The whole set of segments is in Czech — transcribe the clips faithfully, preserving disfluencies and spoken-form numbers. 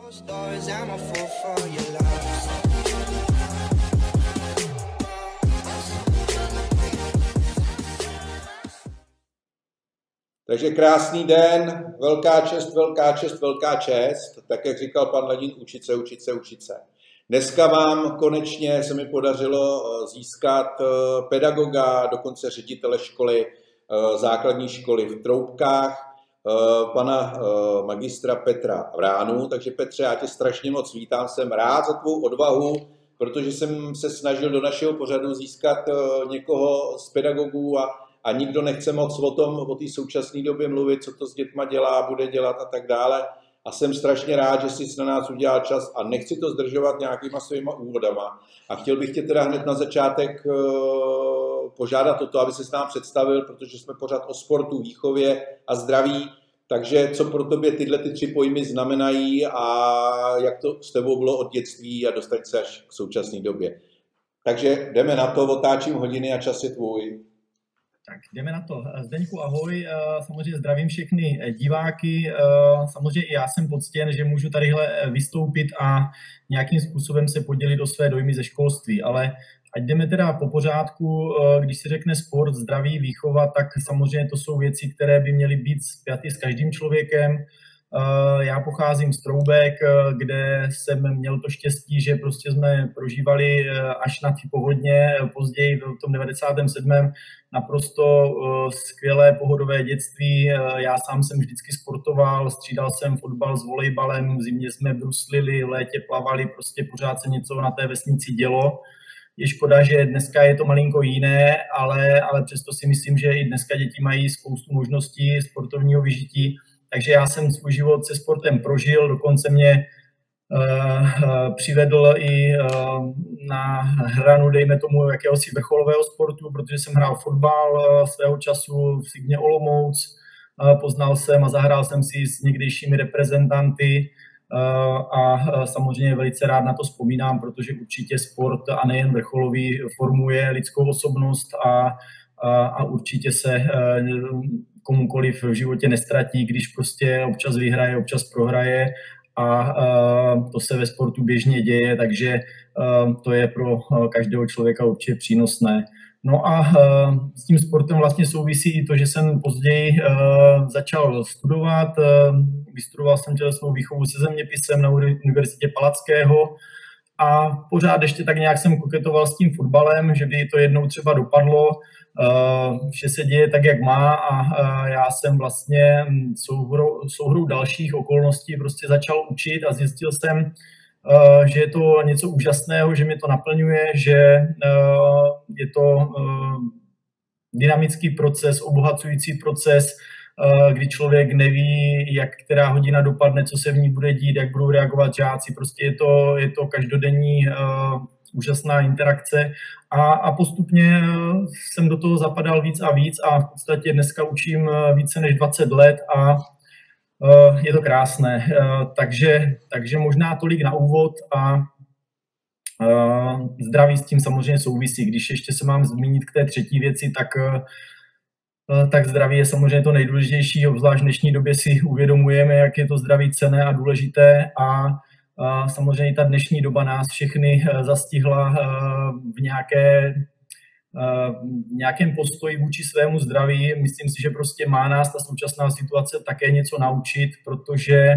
Takže krásný den, velká čest, velká čest, velká čest. Tak jak říkal pan Ledin, učit se, učit se, učit se. Dneska vám konečně se mi podařilo získat pedagoga, dokonce ředitele školy, základní školy v Troubkách, pana magistra Petra Vránu. Takže Petře, já tě strašně moc vítám, jsem rád za tvou odvahu, protože jsem se snažil do našeho pořadu získat někoho z pedagogů a A nikdo nechce moc o tom, o té současné době mluvit, co to s dětma dělá, bude dělat a tak dále. A jsem strašně rád, že jsi na nás udělal čas a nechci to zdržovat nějakýma svýma úvodama. A chtěl bych tě teda hned na začátek požádat o to, aby ses nám představil, protože jsme pořád o sportu, výchově a zdraví. Takže co pro tobě tyhle ty tři pojmy znamenají a jak to s tebou bylo od dětství a dostat se až k současné době. Takže jdeme na to, otáčím hodiny a čas je tvůj. Tak jdeme na to. Zdeňku, ahoj. Samozřejmě zdravím všechny diváky. Samozřejmě i já jsem poctěn, že můžu tadyhle vystoupit a nějakým způsobem se podělit o své dojmy ze školství. Ale ať jdeme teda po pořádku, když se řekne sport, zdraví, výchova, tak samozřejmě to jsou věci, které by měly být spjaty s každým člověkem. Já pocházím z Troubek, kde jsem měl to štěstí, že prostě jsme prožívali až na ty povodně, později v tom devadesátém sedmém naprosto skvělé pohodové dětství. Já sám jsem vždycky sportoval, střídal jsem fotbal s volejbalem, v zimě jsme bruslili, v létě plavali, prostě pořád se něco na té vesnici dělo. Je škoda, že dneska je to malinko jiné, ale, ale přesto si myslím, že i dneska děti mají spoustu možností sportovního vyžití. Takže já jsem svůj život se sportem prožil, dokonce mě uh, přivedl i uh, na hranu, dejme tomu, jakéhosi vrcholového sportu, protože jsem hrál fotbal uh, svého času v Signě Olomouc, uh, poznal jsem a zahrál jsem si s někdejšími reprezentanty uh, a uh, samozřejmě velice rád na to vzpomínám, protože určitě sport a nejen vrcholový formuje lidskou osobnost a, a, a určitě se uh, komukoliv v životě nestratí, když prostě občas vyhraje, občas prohraje a uh, to se ve sportu běžně děje, takže uh, to je pro uh, každého člověka určitě přínosné. No a uh, s tím sportem vlastně souvisí i to, že jsem později uh, začal studovat. Uh, vystudoval jsem tělesnou výchovu se zeměpisem na Univerzitě Palackého a pořád ještě tak nějak jsem koketoval s tím fotbalem, že by to jednou třeba dopadlo. Uh, vše se děje tak, jak má a uh, já jsem vlastně souhrou, souhrou dalších okolností prostě začal učit a zjistil jsem, uh, že je to něco úžasného, že mě to naplňuje, že uh, je to uh, dynamický proces, obohacující proces, uh, kdy člověk neví, jak která hodina dopadne, co se v ní bude dít, jak budou reagovat žáci, prostě je to, je to každodenní uh, úžasná interakce a, a postupně jsem do toho zapadal víc a víc a v podstatě dneska učím více než dvacet let a uh, je to krásné. Uh, takže, takže možná tolik na úvod a uh, zdraví s tím samozřejmě souvisí. Když ještě se mám zmínit k té třetí věci, tak, uh, tak zdraví je samozřejmě to nejdůležitější, obzvlášť v dnešní době si uvědomujeme, jak je to zdraví cenné a důležité a A samozřejmě ta dnešní doba nás všechny zastihla v, nějaké, v nějakém postoji vůči svému zdraví. Myslím si, že prostě má nás ta současná situace také něco naučit, protože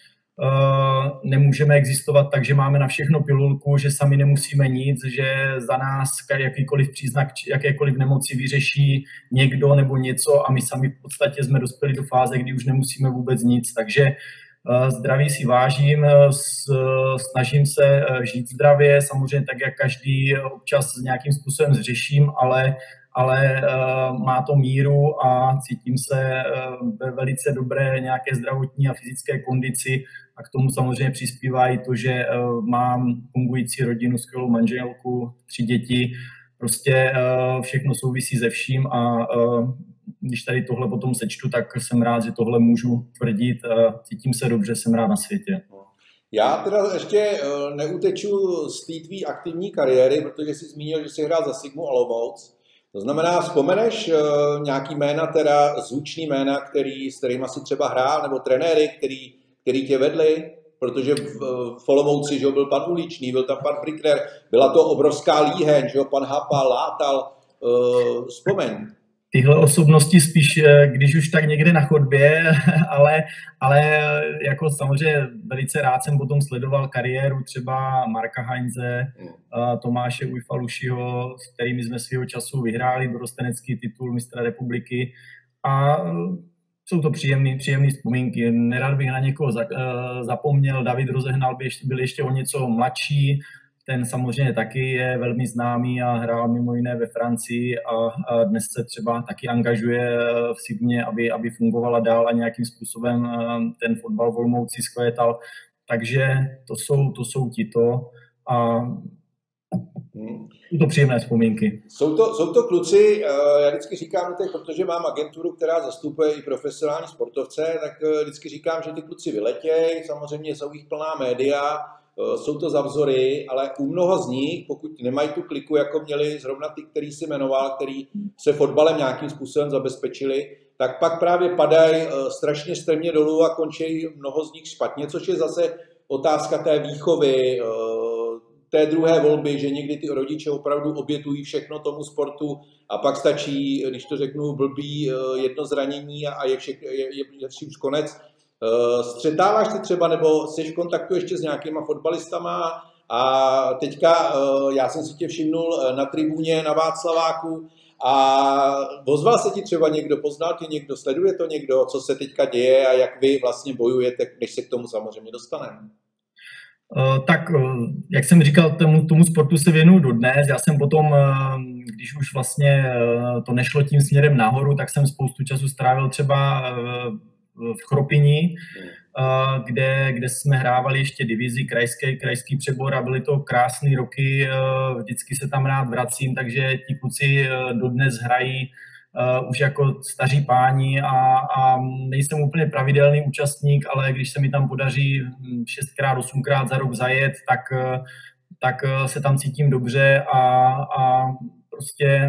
nemůžeme existovat tak, že máme na všechno pilulku, že sami nemusíme nic, že za nás jakýkoliv příznak jakékoliv nemoci vyřeší někdo nebo něco a my sami v podstatě jsme dospěli do fáze, kdy už nemusíme vůbec nic. Takže zdraví si vážím, snažím se žít zdravě, samozřejmě tak, jak každý občas s nějakým způsobem zřeším, ale, ale má to míru a cítím se ve velice dobré nějaké zdravotní a fyzické kondici a k tomu samozřejmě přispívá i to, že mám fungující rodinu, skvělou manželku, tři děti, prostě všechno souvisí se vším a když tady tohle potom sečtu, tak jsem rád, že tohle můžu tvrdit. Cítím se dobře, jsem rád na světě. Já teda ještě neuteču z té tvý aktivní kariéry, protože jsi zmínil, že jsi hrál za Sigmu Olomouc. To znamená, vzpomeneš nějaký jména, teda zvučný jména, který, s kterými jsi třeba hrál, nebo trenéry, který, který tě vedli? protože v Olomouci, že byl pan Uličný, byl tam pan Brickner, byla to obrovská líheň, že pan Hapal, Látal, uh, vzpomeň. Tyhle osobnosti spíš, když už tak někde na chodbě, ale, ale jako samozřejmě velice rád jsem potom sledoval kariéru třeba Marka Heinze, Tomáše Ujfalušiho, s kterými jsme svého času vyhráli dorostenecký titul mistra republiky a jsou to příjemné příjemné vzpomínky. Nerad bych na někoho zapomněl, David Rozehnal byl ještě o něco mladší, ten samozřejmě taky je velmi známý a hrál mimo jiné ve Francii a, a dnes se třeba taky angažuje v Sigmě, aby, aby fungovala dál a nějakým způsobem ten fotbal v Olomouci zkvétal. Takže to jsou, to jsou tito a jsou to příjemné vzpomínky. Jsou to, jsou to kluci, já vždycky říkám, protože mám agenturu, která zastupuje i profesionální sportovce, tak vždycky říkám, že ty kluci vyletějí, samozřejmě jsou jich plná média, jsou to za vzory, ale u mnoha z nich, pokud nemají tu kliku, jako měli zrovna ty, který si jmenoval, který se fotbalem nějakým způsobem zabezpečili, tak pak právě padají strašně strmě dolů a končí mnoho z nich špatně, což je zase otázka té výchovy, té druhé volby, že někdy ty rodiče opravdu obětují všechno tomu sportu a pak stačí, když to řeknu blbý, jedno zranění a je, všech, je, je, je vším konec. Střetáváš se třeba, nebo jsi v kontaktu ještě s nějakýma fotbalistama a teďka já jsem si tě všimnul na tribuně na Václaváku a ozval se ti třeba někdo, poznal tě někdo, sleduje to někdo, co se teďka děje a jak vy vlastně bojujete, než se k tomu samozřejmě dostaneme? Tak, jak jsem říkal, tomu, tomu sportu se věnuju dodnes. Já jsem potom, když už vlastně to nešlo tím směrem nahoru, tak jsem spoustu času strávil třeba v Chropini, kde, kde jsme hrávali ještě divizi, krajský, krajský přebor a byly to krásné roky, vždycky se tam rád vracím, takže ti kluci dodnes hrají už jako staří páni a, a nejsem úplně pravidelný účastník, ale když se mi tam podaří šestkrát, osmkrát za rok zajet, tak, tak se tam cítím dobře a, a prostě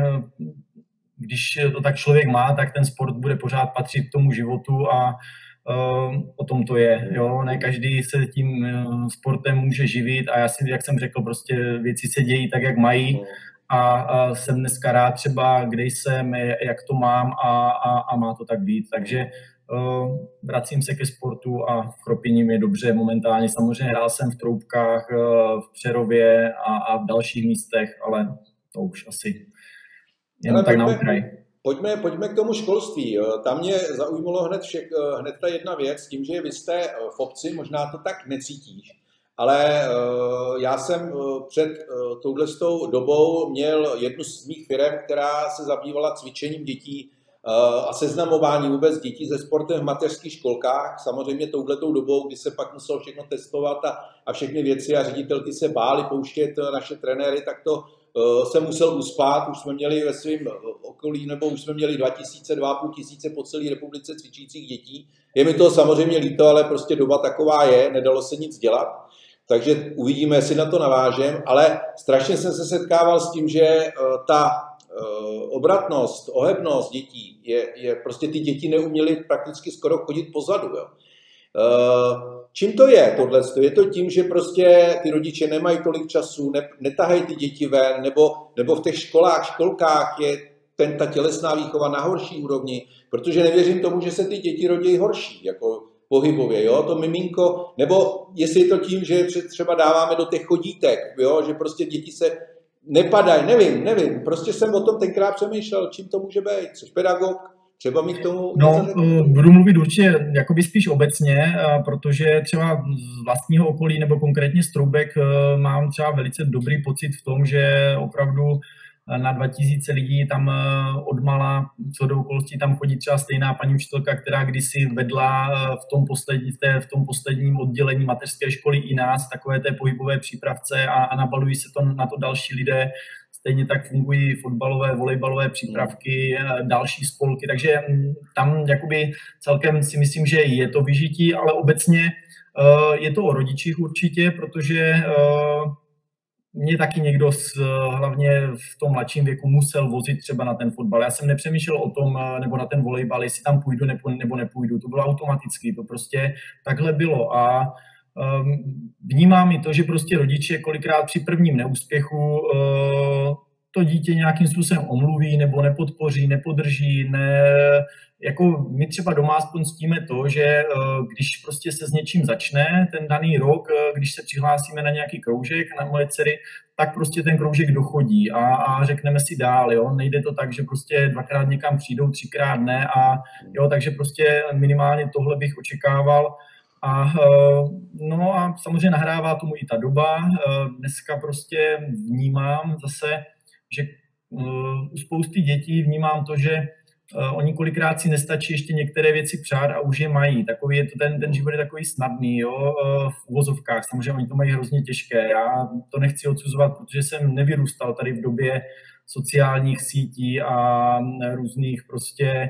když to tak člověk má, tak ten sport bude pořád patřit k tomu životu a uh, o tom to je. Jo? Ne každý se tím uh, sportem může živit a já si, jak jsem řekl, prostě věci se dějí tak, jak mají a, a jsem dneska rád třeba, kde jsem, jak to mám a, a, a má to tak být. Takže uh, vracím se ke sportu a v Chropině mi je dobře momentálně. Samozřejmě hrál jsem v Troubkách, uh, v Přerově a, a v dalších místech, ale to už asi jen tak na okraj. Pojďme, pojďme k tomu školství. Tam mě zaujmulo hned, všech, hned ta jedna věc, tím, že vy jste v obci, možná to tak necítíš, ale já jsem před touhletou dobou měl jednu z mých firem, která se zabývala cvičením dětí a seznamování vůbec dětí se sportem v mateřských školkách. Samozřejmě touhletou dobou, kdy se pak muselo všechno testovat a, a všechny věci a ředitelky se bály pouštět naše trenéry, tak to se musel uspát, už jsme měli ve svém okolí, nebo už jsme měli dva tisíce, dva a půl tisíce po celé republice cvičících dětí. Je mi to samozřejmě líto, ale prostě doba taková je, nedalo se nic dělat. Takže uvidíme, jestli na to navážem, ale strašně jsem se setkával s tím, že ta obratnost, ohebnost dětí, je, je prostě ty děti neuměly prakticky skoro chodit pozadu. Jo. Čím to je tohle? Je to tím, že prostě ty rodiče nemají tolik času, ne, netahají ty děti ven, nebo, nebo v těch školách, školkách je ten, ta tělesná výchova na horší úrovni, protože nevěřím tomu, že se ty děti rodí horší, jako pohybově, jo, to miminko, nebo jestli je to tím, že třeba dáváme do těch chodítek, jo, že prostě děti se nepadají, nevím, nevím, prostě jsem o tom tenkrát přemýšlel, čím to může být, což pedagog, třeba mi k tomu... No, budu mluvit určitě jakoby spíš obecně, protože třeba z vlastního okolí nebo konkrétně z Troubek mám třeba velice dobrý pocit v tom, že opravdu na dva tisíce lidí tam odmala, co do okolností tam chodí třeba stejná paní učitelka, která kdysi vedla v tom, poslední, v té, v tom posledním oddělení mateřské školy i nás, takové té pohybové přípravce a, a nabalují se to na to další lidé. Stejně tak fungují fotbalové, volejbalové přípravky, další spolky, takže tam jakoby celkem si myslím, že je to vyžití, ale obecně je to o rodičích určitě, protože mě taky někdo z, hlavně v tom mladším věku musel vozit třeba na ten fotbal. Já jsem nepřemýšlel o tom, nebo na ten volejbal, jestli tam půjdu nebo nepůjdu, to bylo automaticky, to prostě takhle bylo a Vnímám i to, že prostě rodiče kolikrát při prvním neúspěchu to dítě nějakým způsobem omluví nebo nepodpoří, nepodrží, ne, jako my třeba doma aspoň ctíme to, že když prostě se s něčím začne ten daný rok, když se přihlásíme na nějaký kroužek, na moje dcery, tak prostě ten kroužek dochodí a, a řekneme si dál, jo, nejde to tak, že prostě dvakrát někam přijdou, třikrát ne a jo, takže prostě minimálně tohle bych očekával. A no a samozřejmě nahrává tomu i ta doba. Dneska prostě vnímám zase, že u spousty dětí vnímám to, že oni kolikrát si nestačí ještě některé věci přát a už je mají. Takový je to, ten, ten život je takový snadný, jo, v uvozovkách. Samozřejmě oni to mají hrozně těžké. Já to nechci odsuzovat, protože jsem nevyrůstal tady v době sociálních sítí a různých prostě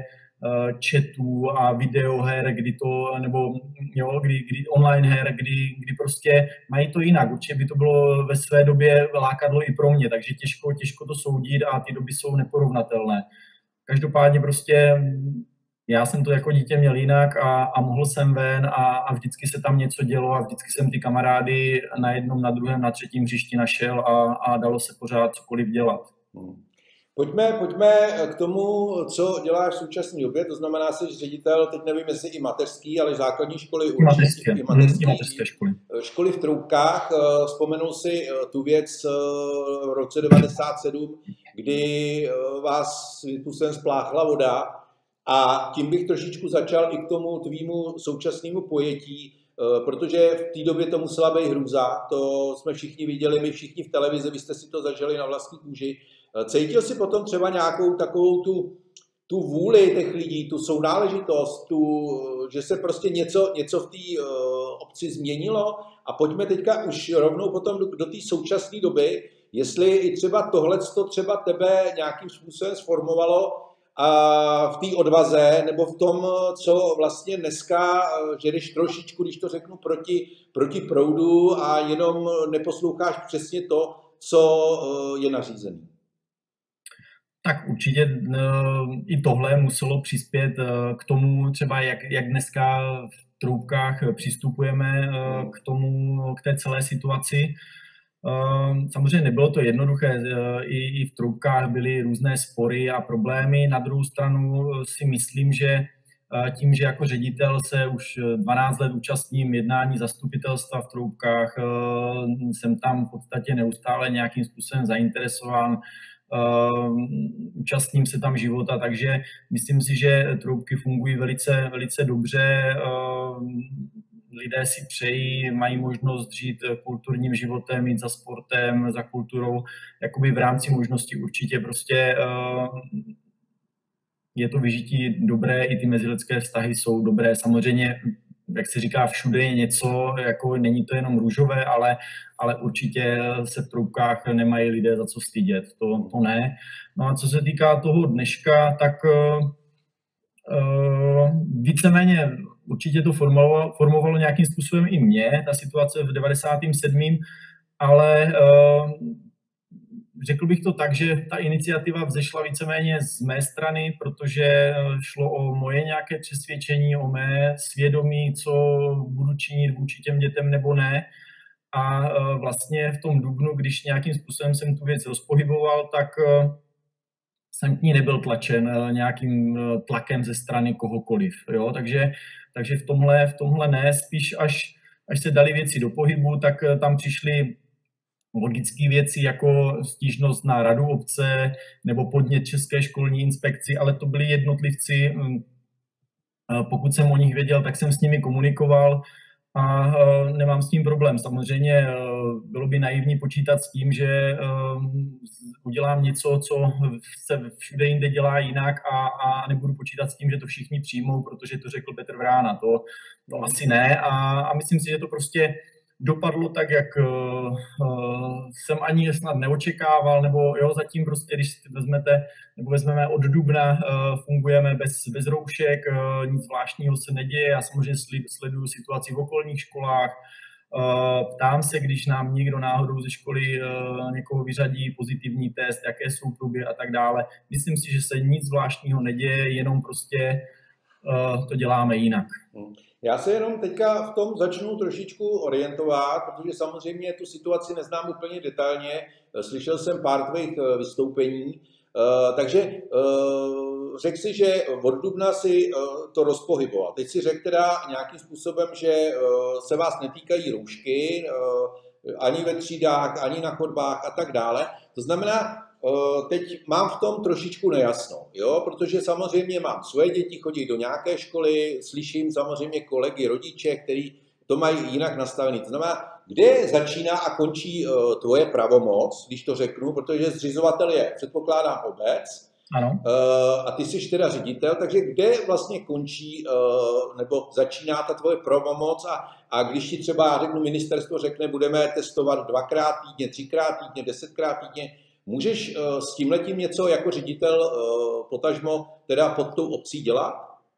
chatů a videoher, kdy to, nebo jo, kdy, kdy online her, kdy, kdy prostě mají to jinak. Určitě by to bylo ve své době lákadlo i pro mě, takže těžko, těžko to soudit a ty doby jsou neporovnatelné. Každopádně prostě já jsem to jako dítě měl jinak a, a mohl jsem ven a, a vždycky se tam něco dělo a vždycky jsem ty kamarády na jednom, na druhém, na třetím hřišti našel a, a dalo se pořád cokoliv dělat. Hmm. Pojďme, pojďme k tomu, co děláš v současné době, to znamená, jsi ředitel, teď nevím, jestli i mateřský, ale základní školy určitě, i mateřské, mateřské školy. Školy v Troubkách. Vzpomenul si tu věc v roce devadesát sedm, kdy vás svým způsobem spláchla voda a tím bych trošičku začal i k tomu tvýmu současnému pojetí, protože v té době to musela být hrůza, to jsme všichni viděli, my všichni v televizi, vy jste si to zažili na vlastní kůži. Cítil jsi potom třeba nějakou takovou tu, tu vůli těch lidí, tu sounáležitost, tu, že se prostě něco, něco v té uh, obci změnilo? A pojďme teďka už rovnou potom do, do té současné doby, jestli i třeba tohleto třeba tebe nějakým způsobem sformovalo a v té odvaze, nebo v tom, co vlastně dneska, že jdeš trošičku, když to řeknu, proti, proti proudu a jenom neposloucháš přesně to, co uh, je nařízené. Tak určitě i tohle muselo přispět k tomu, třeba jak, jak dneska v Troubkách přistupujeme k tomu, k té celé situaci. Samozřejmě nebylo to jednoduché, i, i v Troubkách byly různé spory a problémy. Na druhou stranu si myslím, že tím, že jako ředitel se už dvanáct let účastním jednání zastupitelstva v Troubkách, jsem tam v podstatě neustále nějakým způsobem zainteresován, Uh, účastním se tam života, takže myslím si, že Troubky fungují velice, velice dobře. Uh, lidé si přejí, mají možnost žít kulturním životem, jít za sportem, za kulturou, jakoby v rámci možností určitě prostě uh, je to vyžití dobré, i ty mezilidské vztahy jsou dobré. Samozřejmě, jak se říká, všude je něco, jako není to jenom růžové, ale, ale určitě se v Troubkách nemají lidé za co stydět, to, to ne. No a co se týká toho dneška, tak uh, víceméně určitě to formovalo, formovalo nějakým způsobem i mě, ta situace v devadesátém sedmém ale uh, řekl bych to tak, že ta iniciativa vzešla víceméně z mé strany, protože šlo o moje nějaké přesvědčení, o mé svědomí, co budu činit vůči těm dětem nebo ne. A vlastně v tom dubnu, když nějakým způsobem jsem tu věc rozpohyboval, tak jsem k ní nebyl tlačen nějakým tlakem ze strany kohokoliv. Jo? Takže, takže v tomhle, v tomhle ne, spíš až, až se dali věci do pohybu, tak tam přišly logické věci jako stížnost na radu obce nebo podnět České školní inspekci, ale to byli jednotlivci. Pokud jsem o nich věděl, tak jsem s nimi komunikoval a nemám s tím problém. Samozřejmě bylo by naivní počítat s tím, že udělám něco, co se všude jinde dělá jinak a, a nebudu počítat s tím, že to všichni přijmou, protože to řekl Petr Vrána. To, to asi ne a, a myslím si, že to prostě dopadlo tak, jak uh, jsem ani snad neočekával, nebo jo, zatím prostě, když si vezmete, nebo vezmeme od dubna, uh, fungujeme bez, bez roušek, uh, nic zvláštního se neděje, já samozřejmě sleduju situaci v okolních školách, uh, ptám se, když nám někdo náhodou ze školy uh, někoho vyřadí pozitivní test, jaké jsou průběhy a tak dále. Myslím si, že se nic zvláštního neděje, jenom prostě uh, to děláme jinak. Já se jenom teďka v tom začnu trošičku orientovat, protože samozřejmě tu situaci neznám úplně detailně. Slyšel jsem pár tvých vystoupení, takže řekl si, že od dubna si to rozpohyboval. Teď si řekl teda nějakým způsobem, že se vás netýkají roušky, ani ve třídách, ani na chodbách a tak dále. To znamená, teď mám v tom trošičku nejasno, jo? Protože samozřejmě mám své děti, chodí do nějaké školy, slyším samozřejmě kolegy, rodiče, kteří to mají jinak nastavený. To znamená, kde začíná a končí tvoje pravomoc, když to řeknu, protože zřizovatel je, předpokládám, obec, ano. A ty jsi teda ředitel, takže kde vlastně končí nebo začíná ta tvoje pravomoc a, a když ti třeba, řeknu, ministerstvo řekne, budeme testovat dvakrát týdně, třikrát týdně, desetkrát týdně, můžeš s tímhletím něco jako ředitel potažmo teda pod tou obcí dělat?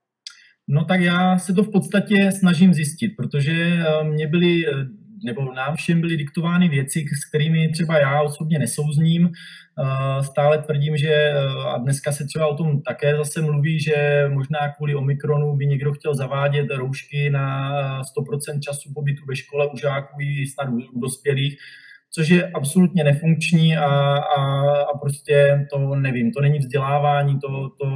No tak já se to v podstatě snažím zjistit, protože mě byly, nebo nám všem byly diktovány věci, s kterými třeba já osobně nesouzním. Stále tvrdím, že, a dneska se třeba o tom také zase mluví, že možná kvůli Omikronu by někdo chtěl zavádět roušky na sto procent času pobytu ve škole u žáků i snad u dospělých, což je absolutně nefunkční a, a, a prostě to nevím, to není vzdělávání, to, to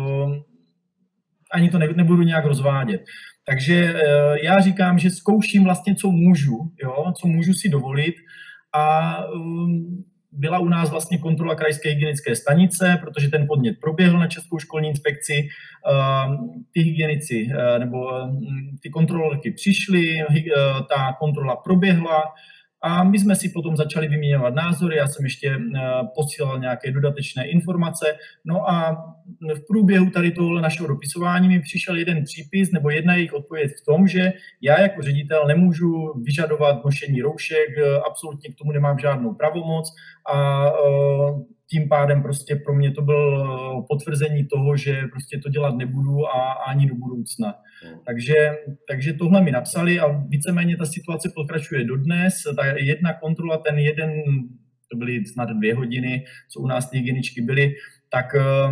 ani to ne, nebudu nějak rozvádět. Takže já říkám, že zkouším vlastně, co můžu, jo, co můžu si dovolit a um, byla u nás vlastně kontrola krajské hygienické stanice, protože ten podnět proběhl na Českou školní inspekci, um, ty hygienici uh, nebo um, ty kontrolorky přišly, uh, ta kontrola proběhla, a my jsme si potom začali vyměňovat názory, já jsem ještě posílal nějaké dodatečné informace. No a v průběhu tady tohle našeho dopisování mi přišel jeden přípis nebo jedna jejich odpověď v tom, že já jako ředitel nemůžu vyžadovat nošení roušek, absolutně k tomu nemám žádnou pravomoc a tím pádem prostě pro mě to bylo potvrzení toho, že prostě to dělat nebudu a ani do budoucna. Takže, takže tohle mi napsali a víceméně ta situace pokračuje dodnes. Ta jedna kontrola, ten jeden, to byly snad dvě hodiny, co u nás ty hygieničky byly, tak,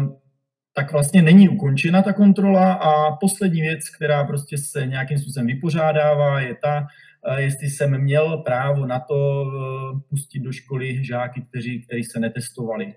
tak vlastně není ukončena ta kontrola a poslední věc, která prostě se nějakým způsobem vypořádává, je ta, jestli jsem měl právo na to pustit do školy žáky, kteří, kteří se netestovali.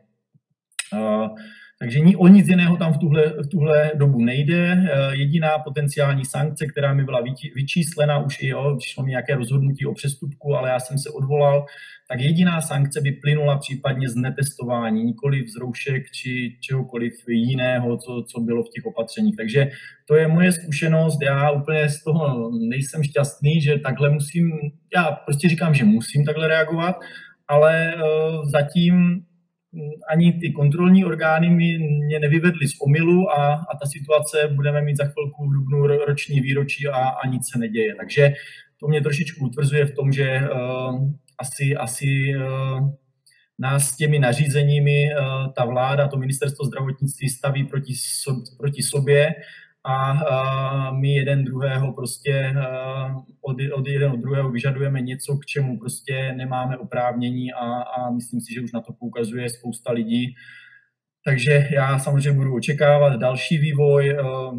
Takže o nic jiného tam v tuhle, v tuhle dobu nejde. Jediná potenciální sankce, která mi byla vyčíslena, už i jo, přišlo mi nějaké rozhodnutí o přestupku, ale já jsem se odvolal, tak jediná sankce by plynula případně z netestování, nikoliv z roušek či čehokoliv jiného, co, co bylo v těch opatřeních. Takže to je moje zkušenost, já úplně z toho nejsem šťastný, že takhle musím, já prostě říkám, že musím takhle reagovat, ale uh, zatím ani ty kontrolní orgány mě nevyvedly z omylu a, a ta situace budeme mít za chvilku v dubnu roční výročí a, a nic se neděje. Takže to mě trošičku utvrzuje v tom, že uh, asi, asi uh, nás s těmi nařízeními uh, ta vláda, to ministerstvo zdravotnictví staví proti, so, proti sobě a uh, my jeden druhého prostě uh, od, od jeden od druhého vyžadujeme něco, k čemu prostě nemáme oprávnění a, a myslím si, že už na to poukazuje spousta lidí. Takže já samozřejmě budu očekávat další vývoj. Uh,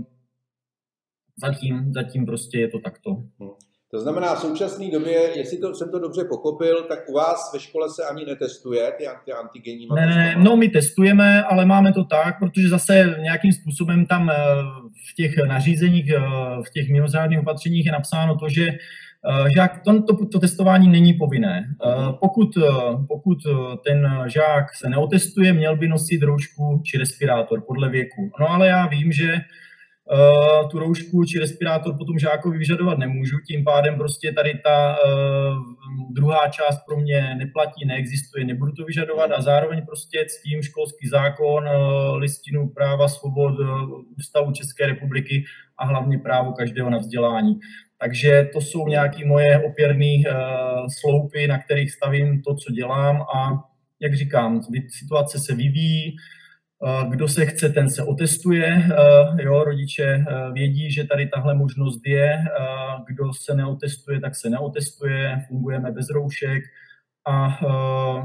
zatím, zatím prostě je to takto. To znamená, v současné době, jestli to, jsem to dobře pochopil, tak u vás ve škole se ani netestuje ty, ty antigenní Ne, ne, no my testujeme, ale máme to tak, protože zase nějakým způsobem tam v těch nařízeních, v těch mimořádných opatřeních je napsáno to, že žák, to, to, to testování není povinné. Pokud, pokud ten žák se neotestuje, měl by nosit roušku či respirátor podle věku. No ale já vím, že Uh, tu roušku či respirátor potom žákovi vyžadovat nemůžu, tím pádem prostě tady ta uh, druhá část pro mě neplatí, neexistuje, nebudu to vyžadovat a zároveň prostě ctím školský zákon, uh, listinu práva svobod, uh, ústavu České republiky a hlavně právo každého na vzdělání. Takže to jsou nějaké moje opěrné uh, sloupy, na kterých stavím to, co dělám a jak říkám, situace se vyvíjí. Kdo se chce, ten se otestuje. Jo, rodiče vědí, že tady tahle možnost je. Kdo se neotestuje, tak se neotestuje. Fungujeme bez roušek. A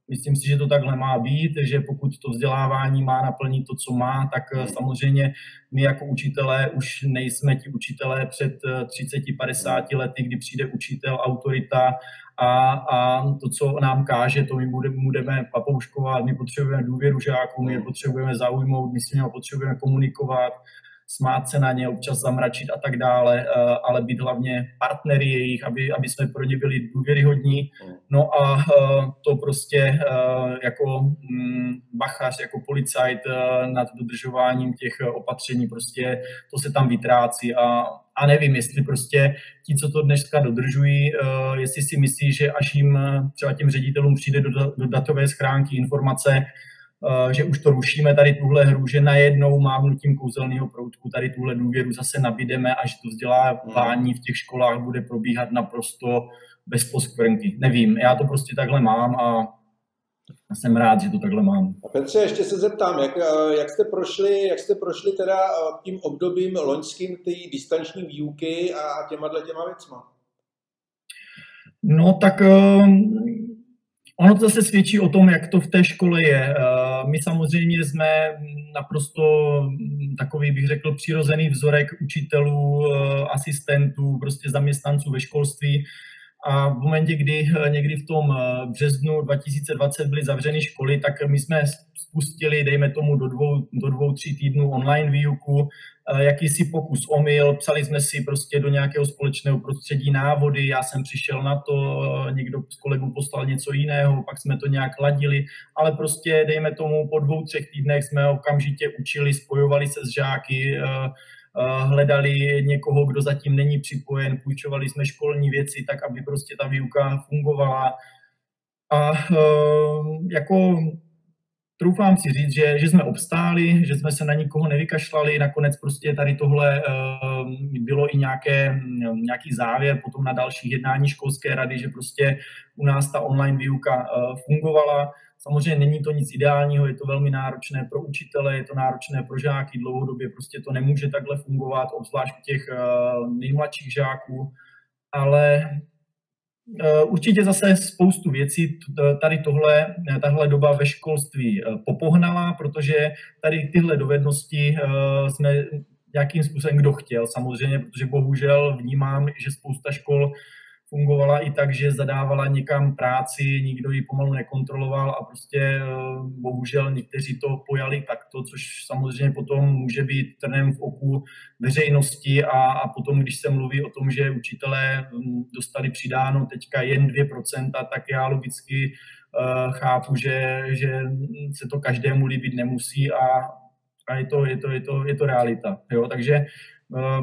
myslím si, že to takhle má být, že pokud to vzdělávání má naplnit to, co má, tak samozřejmě my jako učitelé už nejsme ti učitelé před třiceti padesáti lety, kdy přijde učitel, autorita a, a to, co nám káže, to my budeme, budeme papouškovat, my potřebujeme důvěru žáků, my je potřebujeme zaujmout, my s nimi potřebujeme komunikovat, smát se na ně, občas zamračit a tak dále, ale být hlavně partnery jejich, aby, aby jsme pro ně byli důvěryhodní. No a to prostě jako bachař, jako policajt nad dodržováním těch opatření, prostě to se tam vytrácí a, a nevím, jestli prostě ti, co to dneska dodržují, jestli si myslí, že až jim třeba těm ředitelům přijde do, do datové schránky informace, že už to rušíme tady tuhle hru, že najednou mávnutím kouzelného proutku tady tuhle důvěru zase nabídeme a že to vzdělávání v těch školách bude probíhat naprosto bez poskvrnky. Nevím, já to prostě takhle mám a jsem rád, že to takhle mám. A Petře, ještě se zeptám, jak, jak, jste prošli, jak jste prošli teda tím obdobím loňským té distanční výuky a těma těma věcma? No tak... Ono to zase svědčí o tom, jak to v té škole je. My samozřejmě jsme naprosto takový, bych řekl, přirozený vzorek učitelů, asistentů, prostě zaměstnanců ve školství. A v momentě, kdy někdy v tom březnu dva tisíce dvacet byly zavřeny školy, tak my jsme spustili, dejme tomu, do dvou, do dvou, tří týdnů online výuku, jakýsi pokus omyl, psali jsme si prostě do nějakého společného prostředí návody, já jsem přišel na to, někdo z kolegů poslal něco jiného, pak jsme to nějak ladili, ale prostě, dejme tomu, po dvou, třech týdnech jsme okamžitě učili, spojovali se s žáky, hledali někoho, kdo zatím není připojen, půjčovali jsme školní věci tak, aby prostě ta výuka fungovala. A jako troufám si říct, že, že jsme obstáli, že jsme se na nikoho nevykašlali, nakonec prostě tady tohle bylo i nějaké, nějaký závěr potom na dalších jednání školské rady, že prostě u nás ta online výuka fungovala. Samozřejmě není to nic ideálního, je to velmi náročné pro učitele, je to náročné pro žáky, dlouhodobě prostě to nemůže takhle fungovat, obzvlášť u těch nejmladších žáků, ale určitě zase spoustu věcí tady tohle, tahle doba ve školství popohnala, protože tady tyhle dovednosti jsme nějakým způsobem kdo chtěl samozřejmě, protože bohužel vnímám, že spousta škol fungovala i tak, že zadávala někam práci, nikdo ji pomalu nekontroloval a prostě bohužel někteří to pojali takto, což samozřejmě potom může být trnem v oku veřejnosti a, a potom, když se mluví o tom, že učitelé dostali přidáno teďka jen dvě procenta, tak já logicky uh, chápu, že, že se to každému líbit nemusí a, a je, to, je, to, je, to, je to realita. Jo? Takže uh,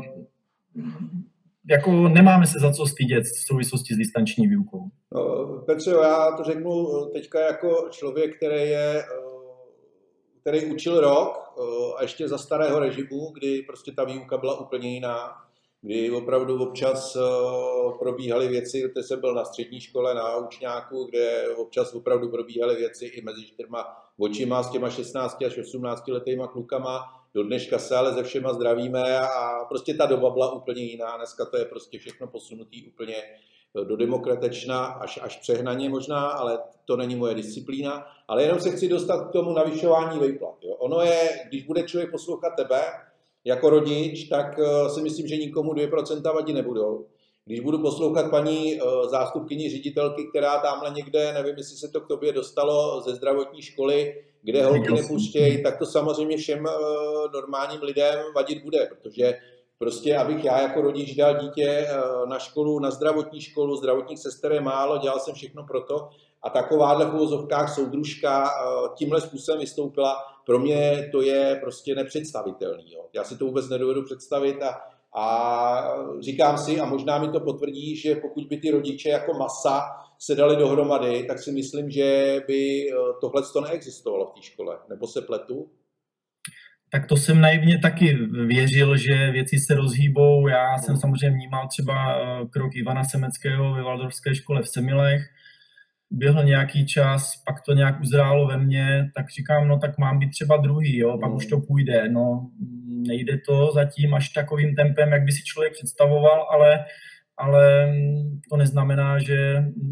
jako nemáme se za co stydět v souvislosti s distanční výukou. No, Petře, já to řeknu teďka jako člověk, který je, který učil rok a ještě za starého režimu, kdy prostě ta výuka byla úplně jiná, kdy opravdu občas probíhaly věci, kde jsem byl na střední škole, na učňáku, kde občas opravdu probíhaly věci i mezi čtyřma očima s těma šestnácti až osmnácti letýma klukama. Do dneška se ale ze všema zdravíme a prostě ta doba byla úplně jiná. Dneska to je prostě všechno posunutý úplně do demokratečna, až, až přehnaně možná, ale to není moje disciplína. Ale jenom se chci dostat k tomu navyšování výplat. Jo. Ono je, když bude člověk poslouchat tebe jako rodič, tak si myslím, že nikomu dvě procenta vadit nebudou. Když budu poslouchat paní zástupkyni ředitelky, která tamhle někde, nevím, jestli se to k tobě dostalo ze zdravotní školy, kde holky nepustějí, tak to samozřejmě všem normálním lidem vadit bude, protože prostě, abych já jako rodič dal dítě na školu, na zdravotní školu, zdravotních sester je málo, dělal jsem všechno proto a takováhle v uvozovkách soudružka tímhle způsobem vystoupila, pro mě to je prostě nepředstavitelný. Jo. Já si to vůbec nedovedu představit a A říkám si, a možná mi to potvrdí, že pokud by ty rodiče jako masa se dali dohromady, tak si myslím, že by tohle to neexistovalo v té škole. Nebo se pletu? Tak to jsem naivně taky věřil, že věci se rozhýbou. Já jsem samozřejmě vnímal třeba krok Ivana Semeckého ve Waldorfské škole v Semilech. Běhl nějaký čas, pak to nějak uzrálo ve mně, tak říkám, no tak mám být třeba druhý, jo, pak už to půjde. No, nejde to zatím až takovým tempem, jak by si člověk představoval, ale, ale to neznamená, že,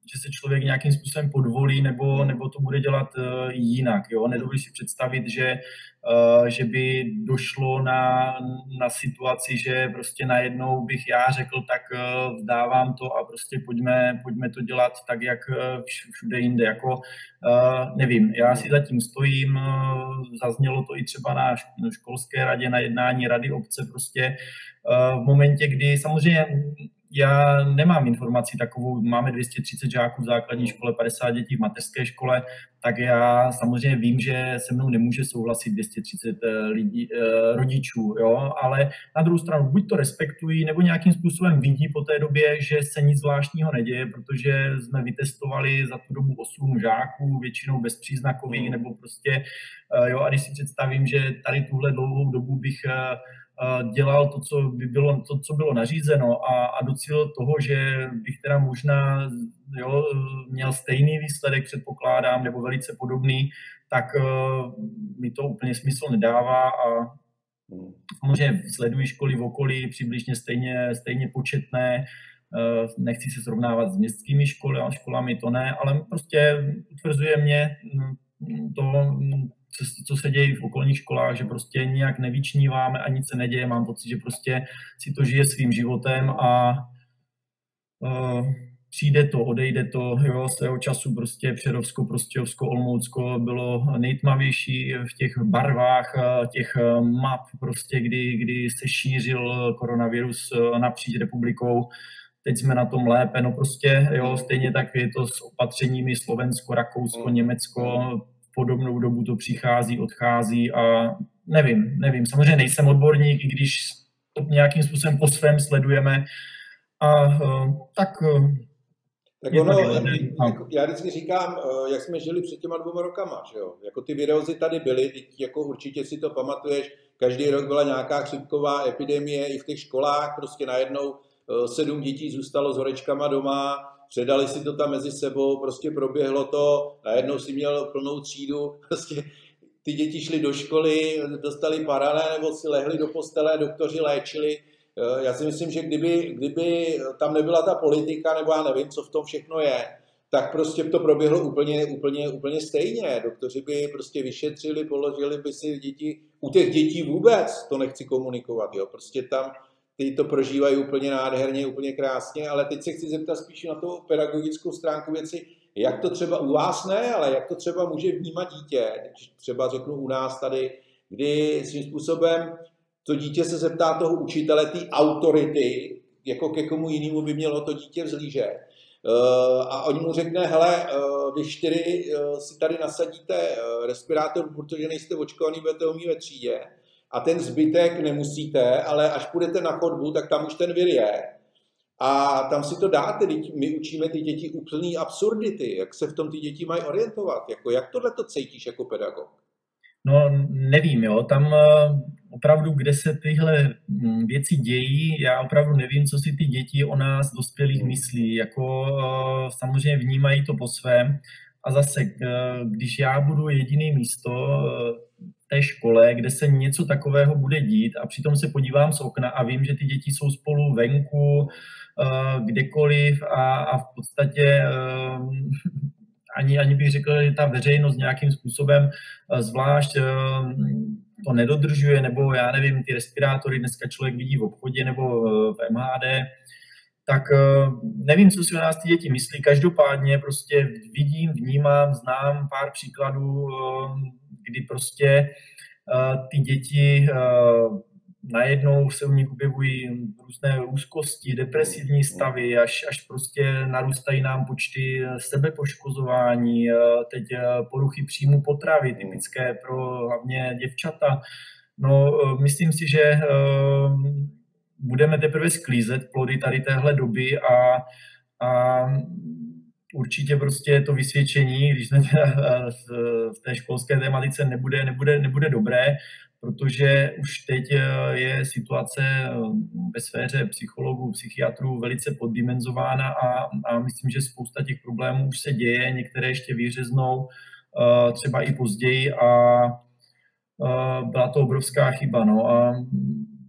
že se člověk nějakým způsobem podvolí nebo, nebo to bude dělat jinak. Jo? Nedovolíš si představit, že, že by došlo na, na situaci, že prostě najednou bych já řekl, tak vzdávám to a prostě pojďme, pojďme to dělat tak, jak všude jinde. Jako, nevím, já si zatím stojím, zaznělo to i třeba na školské radě, na jednání rady obce, prostě v momentě, kdy samozřejmě já nemám informaci takovou, máme dvě stě třicet žáků v základní škole, padesát dětí v mateřské škole, tak já samozřejmě vím, že se mnou nemůže souhlasit dvě stě třicet lidí, rodičů, jo? Ale na druhou stranu buď to respektují, nebo nějakým způsobem vidí po té době, že se nic zvláštního neděje, protože jsme vytestovali za tu dobu osm žáků, většinou bezpříznakových, nebo prostě, jo, a když si představím, že tady tuhle dlouhou dobu bych dělal to, co by bylo, to, co bylo nařízeno a, a docílil toho, že bych teda možná jo, měl stejný výsledek, předpokládám, nebo velice podobný, tak uh, mi to úplně smysl nedává a samozřejmě sleduji školy v okolí přibližně stejně, stejně početné, uh, nechci se srovnávat s městskými školami, školami to ne, ale prostě utvrzuje mě to, Co, co se děje v okolních školách, že prostě nijak nevyčníváme a nic se neděje. Mám pocit, že prostě si to žije svým životem a uh, přijde to, odejde to. Jo, svého času prostě Přerovsko, Prostějovsko, Olomoucko bylo nejtmavější v těch barvách, těch map, prostě, kdy, kdy se šířil koronavirus napříč republikou. Teď jsme na tom lépe, no prostě, jo, stejně tak je to s opatřeními Slovensko, Rakousko, Německo, podobnou dobu to přichází, odchází a nevím, nevím. Samozřejmě nejsem odborník, i když to nějakým způsobem po svém sledujeme. A tak... Tak ono, jako, já vždycky říkám, jak jsme žili před těma dvěma rokama, že jo? Jako ty virózy tady byly, teď jako určitě si to pamatuješ, každý rok byla nějaká chřipková epidemie i v těch školách, prostě najednou sedm dětí zůstalo s horečkama doma, předali si to tam mezi sebou, prostě proběhlo to, najednou si měl plnou třídu, prostě ty děti šly do školy, dostali paralé nebo si lehli do postele, doktoři léčili. Já si myslím, že kdyby, kdyby tam nebyla ta politika, nebo já nevím, co v tom všechno je, tak prostě to proběhlo úplně, úplně, úplně stejně. Doktoři by prostě vyšetřili, položili by si děti, u těch dětí vůbec to nechci komunikovat, jo, prostě tam ty to prožívají úplně nádherně, úplně krásně, ale teď se chci zeptat spíš na tu pedagogickou stránku věci, jak to třeba u vás ne, ale jak to třeba může vnímat dítě, třeba řeknu u nás tady, kdy svým způsobem to dítě se zeptá toho učitele, té autority, jako ke komu jinému by mělo to dítě vzlížet. A on mu řekne, hele, vy čtyři si tady nasadíte respirátor, protože nejste očkovaný, budete ho mít ve třídě. A ten zbytek nemusíte, ale až půjdete na chodbu, tak tam už ten vir je. A tam si to dáte, my učíme ty děti úplný absurdity, jak se v tom ty děti mají orientovat. Jako, jak tohle to cítíš jako pedagog? No nevím, jo, tam opravdu, kde se tyhle věci dějí, já opravdu nevím, co si ty děti o nás dospělých myslí. Jako samozřejmě vnímají to po svém. A zase, když já budu jediný místo té škole, kde se něco takového bude dít a přitom se podívám z okna a vím, že ty děti jsou spolu venku, kdekoliv a, a v podstatě ani, ani bych řekl, že ta veřejnost nějakým způsobem zvlášť to nedodržuje, nebo já nevím, ty respirátory dneska člověk vidí v obchodě nebo v M H D, tak nevím, co si o nás ty děti myslí. Každopádně prostě vidím, vnímám, znám pár příkladů, kdy prostě ty děti najednou se u nich objevují různé úzkosti, depresivní stavy, až, až prostě narůstají nám počty sebepoškozování, teď poruchy příjmu potravy, typické pro hlavně děvčata. No, myslím si, že budeme teprve sklízet plody tady téhle doby a, a určitě prostě to vysvědčení, když jsme v té školské tématice, nebude, nebude, nebude dobré, protože už teď je situace ve sféře psychologů, psychiatrů velice poddimenzována a, a myslím, že spousta těch problémů už se děje, některé ještě vyřeznou třeba i později a byla to obrovská chyba. No. A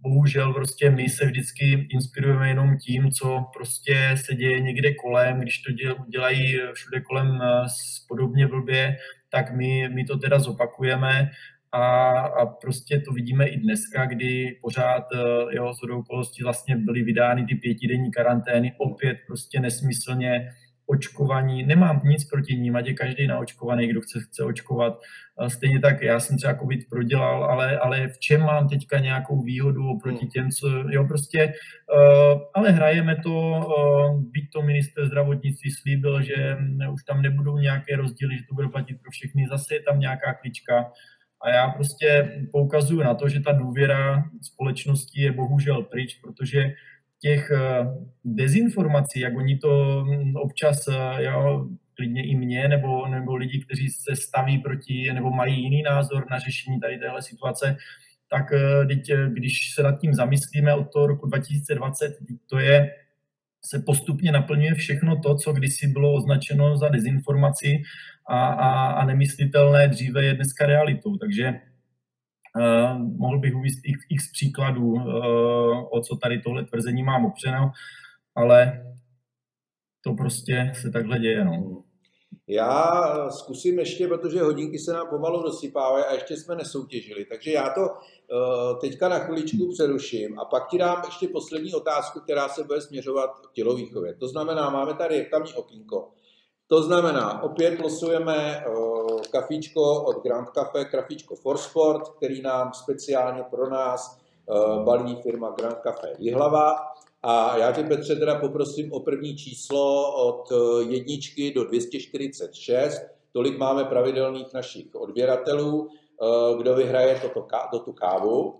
bohužel prostě my se vždycky inspirujeme jenom tím, co prostě se děje někde kolem, když to dělají všude kolem podobně blbě, tak my, my to teda zopakujeme a, a prostě to vidíme i dneska, kdy pořád, jo, shodou okolností vlastně byly vydány ty pětidenní karantény, opět prostě nesmyslně očkovaní. Nemám nic proti ním, ať je každý naočkovaný, kdo chce, chce očkovat. Stejně tak já jsem třeba covid prodělal, ale, ale v čem mám teďka nějakou výhodu oproti těm, co, jo, prostě, uh, ale hrajeme to, uh, byť to ministr zdravotnictví slíbil, že už tam nebudou nějaké rozdíly, že to bude platit pro všechny, zase je tam nějaká klička. A já prostě poukazuju na to, že ta důvěra společnosti je bohužel pryč, protože těch dezinformací, jak oni to občas, jo, klidně i mě, nebo, nebo lidi, kteří se staví proti, nebo mají jiný názor na řešení tady téhle situace, tak teď, když se nad tím zamyslíme od toho roku dva tisíce dvacet, to je, se postupně naplňuje všechno to, co kdysi bylo označeno za dezinformaci a, a, a nemyslitelné dříve je dneska realitou. Takže Uh, mohl bych uvést x, x příkladů, uh, o co tady tohle tvrzení mám opřeno, ale to prostě se takhle děje. No. Já zkusím ještě, protože hodinky se nám pomalu dosypávají a ještě jsme nesoutěžili, takže já to uh, teďka na chviličku přeruším a pak ti dám ještě poslední otázku, která se bude směřovat k tělovýchově. To znamená, máme tady reklamní okýnko. To znamená, opět losujeme uh, kafíčko od Grand Café, kafíčko For Sport, který nám speciálně pro nás uh, balí firma Grand Café Jihlava. A já tě, Petře, teda poprosím o první číslo od uh, jedničky do dvě stě čtyřicet šest. Tolik máme pravidelných našich odběratelů. Uh, kdo vyhraje toto, do tu kávu?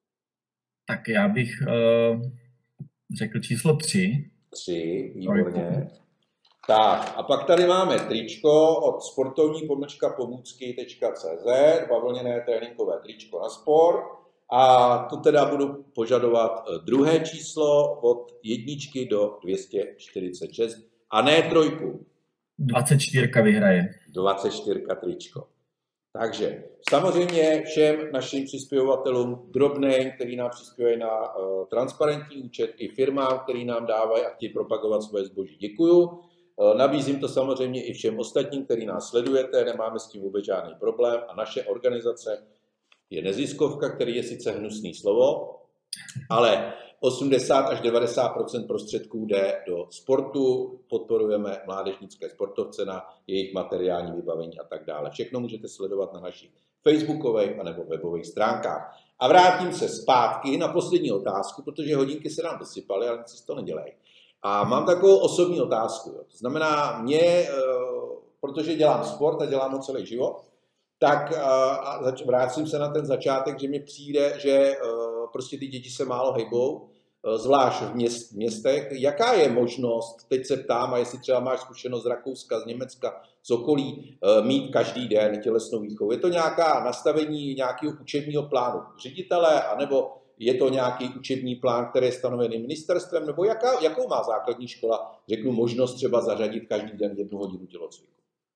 Tak já bych uh, řekl číslo tři. Tři, výborně. Tak, a pak tady máme tričko od sportovní pomlčka pomůcky tečka cé zet, bavlněné tréninkové tričko na sport. A to teda budu požadovat druhé číslo od jedničky do dvě stě čtyřicet šest a ne trojku. dvacet čtyři vyhraje. dvacet čtyři tričko. Takže samozřejmě všem našim přispěvatelům drobným, který nám přispívají na uh, transparentní účet, i firmám, který nám dávají a chtějí propagovat svoje zboží, děkuju. Nabízím to samozřejmě i všem ostatním, kteří nás sledujete, nemáme s tím vůbec žádný problém a naše organizace je neziskovka, který je sice hnusný slovo, ale osmdesát až devadesát procent prostředků jde do sportu, podporujeme mládežnické sportovce na jejich materiální vybavení a tak dále. Všechno můžete sledovat na našich facebookových anebo webových stránkách. A vrátím se zpátky na poslední otázku, protože hodinky se nám dosypaly, ale nic si to nedělají. A mám takovou osobní otázku. Jo. To znamená, mě, protože dělám sport a dělám ho celý život, tak a vrátím se na ten začátek, že mi přijde, že prostě ty děti se málo hejbou, zvlášť v měst, městech. Jaká je možnost, teď se ptám, a jestli třeba máš zkušenost z Rakouska, z Německa, z okolí, mít každý den tělesnou výchovu? Je to nějaká nastavení nějakého učebního plánu ředitele, anebo je to nějaký učební plán, který je stanovený ministerstvem, nebo jaká, jakou má základní škola, řeknu, možnost třeba zařadit každý den jednu hodinu tělocviku?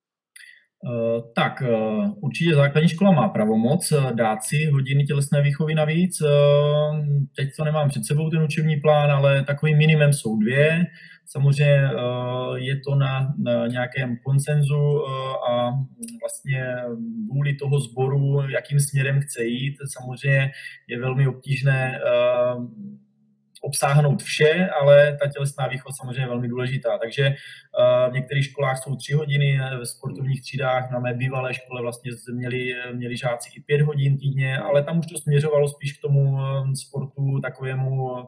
Uh, tak uh, určitě základní škola má pravomoc dát si hodiny tělesné výchovy navíc. Uh, teď to nemám před sebou ten učební plán, ale takovým minimem jsou dvě. Samozřejmě uh, je to na, na nějakém konsenzu uh, a vlastně vůli toho sboru, jakým směrem chce jít. Samozřejmě je velmi obtížné uh, obsáhnout vše, ale ta tělesná výchova samozřejmě je velmi důležitá. Takže uh, v některých školách jsou tři hodiny, ve sportovních třídách, na mé bývalé škole vlastně měli, měli žáci i pět hodin týdně, ale tam už to směřovalo spíš k tomu sportu takovému uh,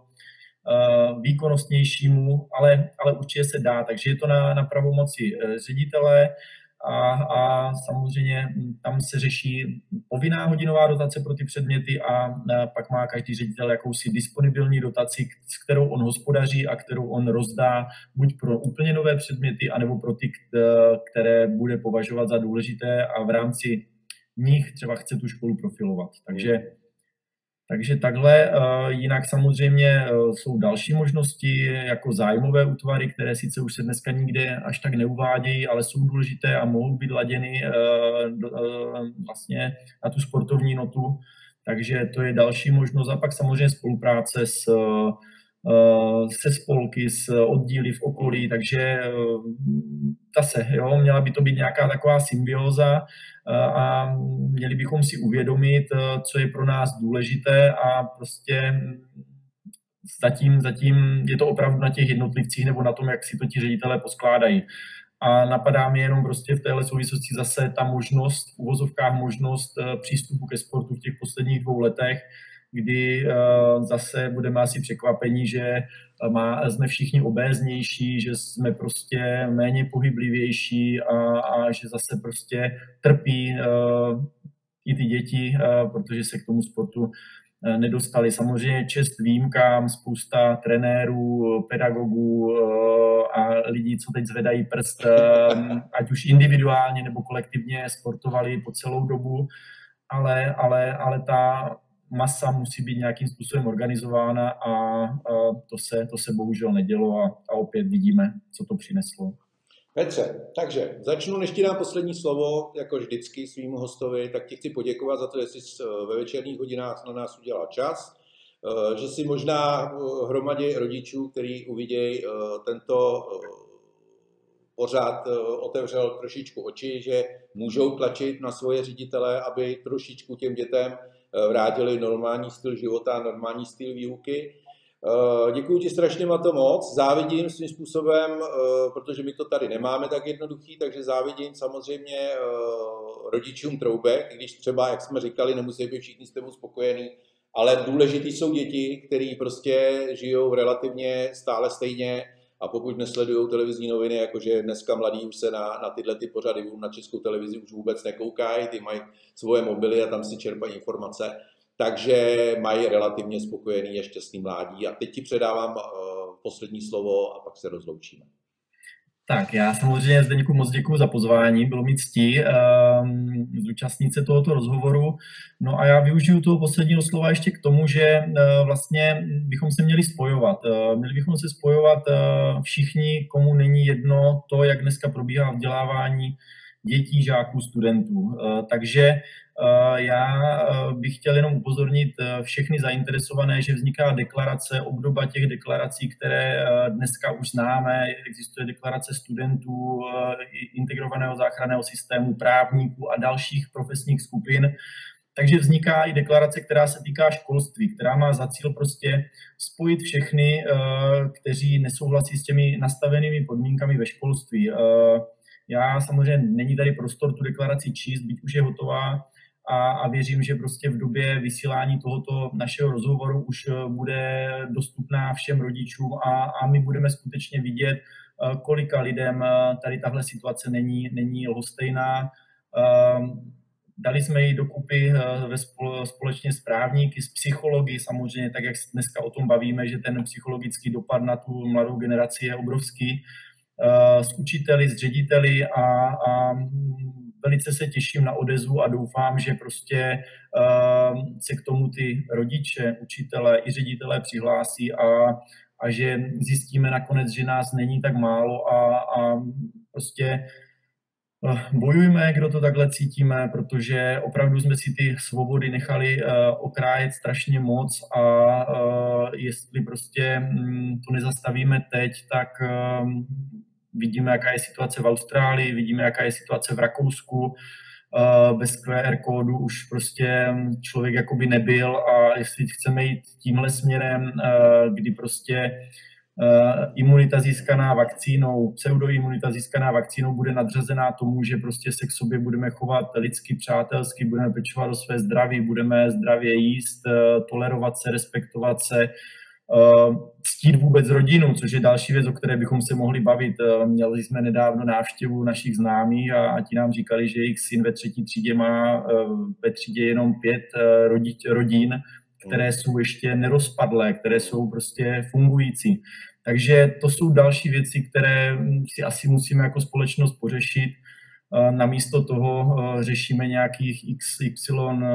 výkonnostnějšímu, ale, ale určitě se dá. Takže je to na, na pravomoci ředitele a, a samozřejmě tam se řeší povinná hodinová dotace pro ty předměty a, a pak má každý ředitel jakousi disponibilní dotaci, s kterou on hospodaří a kterou on rozdá buď pro úplně nové předměty, anebo pro ty, které bude považovat za důležité a v rámci nich třeba chce tu školu profilovat. Takže Takže takhle, jinak samozřejmě jsou další možnosti, jako zájmové útvary, které sice už se dneska nikde až tak neuvádějí, ale jsou důležité a mohou být laděny vlastně na tu sportovní notu. Takže to je další možnost. A pak samozřejmě spolupráce s, se spolky, s oddíly v okolí, takže zase, jo, měla by to být nějaká taková symbioza a měli bychom si uvědomit, co je pro nás důležité a prostě zatím, zatím je to opravdu na těch jednotlivcích nebo na tom, jak si to ti ředitelé poskládají. A napadá mě jenom prostě v téhle souvislosti zase ta možnost, v uvozovkách možnost přístupu ke sportu v těch posledních dvou letech, kdy zase budeme asi překvapeni, že má, jsme všichni obéznější, že jsme prostě méně pohyblivější a, a že zase prostě trpí i ty děti, protože se k tomu sportu nedostali. Samozřejmě čest výjimkám, spousta trenérů, pedagogů a lidí, co teď zvedají prst, ať už individuálně nebo kolektivně sportovali po celou dobu, ale, ale, ale ta masa musí být nějakým způsobem organizována a, a to, se, to se bohužel nedělo a, a opět vidíme, co to přineslo. Petře, takže začnu, než ti dám poslední slovo, jako vždycky svýmu hostovi, tak ti chci poděkovat za to, že jsi ve večerních hodinách na nás udělal čas, že si možná hromadě rodičů, který uvidějí tento pořád, otevřel trošičku oči, že můžou tlačit na svoje ředitele, aby trošičku těm dětem vrátili normální styl života, normální styl výuky. Děkuji ti strašně za to moc, závidím svým způsobem, protože my to tady nemáme tak jednoduchý, takže závidím samozřejmě rodičům Troubek, i když třeba, jak jsme říkali, nemusí být všichni s tebou spokojení, ale důležitý jsou děti, který prostě žijou relativně stále stejně a pokud nesledují televizní noviny, jakože dneska mladí už se na, na tyhle ty pořady na Českou televizi už vůbec nekoukají, ty mají svoje mobily a tam si čerpají informace. Takže mají relativně spokojený a šťastný mládí. A teď ti předávám uh, poslední slovo a pak se rozloučíme. Tak, já samozřejmě Zdeňku moc děkuji za pozvání, bylo mi ctí um, zúčastnit se tohoto rozhovoru. No a já využiju toho posledního slova ještě k tomu, že uh, vlastně bychom se měli spojovat. Uh, měli bychom se spojovat uh, všichni, komu není jedno to, jak dneska probíhá vzdělávání dětí, žáků, studentů. Uh, takže já bych chtěl jenom upozornit všechny zainteresované, že vzniká deklarace, obdoba těch deklarací, které dneska už známe. Existuje deklarace studentů, integrovaného záchranného systému, právníků a dalších profesních skupin. Takže vzniká i deklarace, která se týká školství, která má za cíl prostě spojit všechny, kteří nesouhlasí s těmi nastavenými podmínkami ve školství. Já samozřejmě není tady prostor tu deklaraci číst, byť už je hotová, A, a věřím, že prostě v době vysílání tohoto našeho rozhovoru už bude dostupná všem rodičům a, a my budeme skutečně vidět, kolika lidem tady tahle situace není, není lhostejná. Dali jsme ji dokupy ve společně s právníky, s psychologi samozřejmě, tak jak dneska o tom bavíme, že ten psychologický dopad na tu mladou generaci je obrovský. S učiteli, s řediteli a, a velice se těším na odezvu a doufám, že prostě uh, se k tomu ty rodiče, učitelé i ředitelé přihlásí a, a že zjistíme nakonec, že nás není tak málo a, a prostě uh, bojujme, kdo to takhle cítíme, protože opravdu jsme si ty svobody nechali uh, okrájet strašně moc a uh, jestli prostě um, to nezastavíme teď, tak uh, vidíme, jaká je situace v Austrálii, vidíme, jaká je situace v Rakousku. Bez Q R kódu už prostě člověk jakoby nebyl a jestli chceme jít tímhle směrem, kdy prostě imunita získaná vakcínou, pseudoimunita získaná vakcínou bude nadřazená tomu, že prostě se k sobě budeme chovat lidsky, přátelsky, budeme pečovat o své zdraví, budeme zdravě jíst, tolerovat se, respektovat se, ctít vůbec rodinu, což je další věc, o které bychom se mohli bavit. Měli jsme nedávno návštěvu našich známých a, a ti nám říkali, že jejich syn ve třetí třídě má ve třídě jenom pět rodit, rodin, které jsou ještě nerozpadlé, které jsou prostě fungující. Takže to jsou další věci, které si asi musíme jako společnost pořešit. Namísto toho řešíme nějakých X Y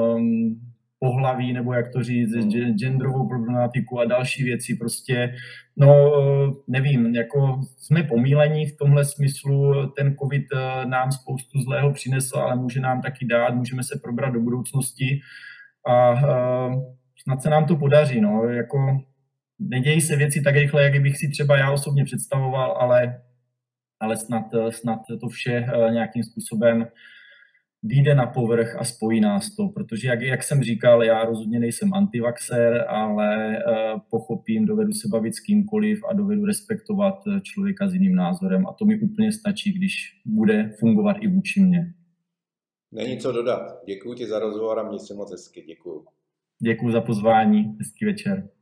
pohlaví, nebo jak to říct, genderovou problematiku a další věci prostě, no nevím, jako jsme pomílení v tomhle smyslu, ten covid nám spoustu zlého přinesl, ale může nám taky dát, můžeme se probrat do budoucnosti a snad se nám to podaří. No. Jako, nedějí se věci tak rychle, jak bych si třeba já osobně představoval, ale, ale snad, snad to vše nějakým způsobem vyjde na povrch a spojí nás to, protože jak, jak jsem říkal, já rozhodně nejsem antivaxer, ale uh, pochopím, dovedu se bavit s kýmkoliv a dovedu respektovat člověka s jiným názorem a to mi úplně stačí, když bude fungovat i vůči mně. Není co dodat. Děkuji ti za rozhovor a měj se moc hezky. Děkuji. Děkuji za pozvání. Hezký večer.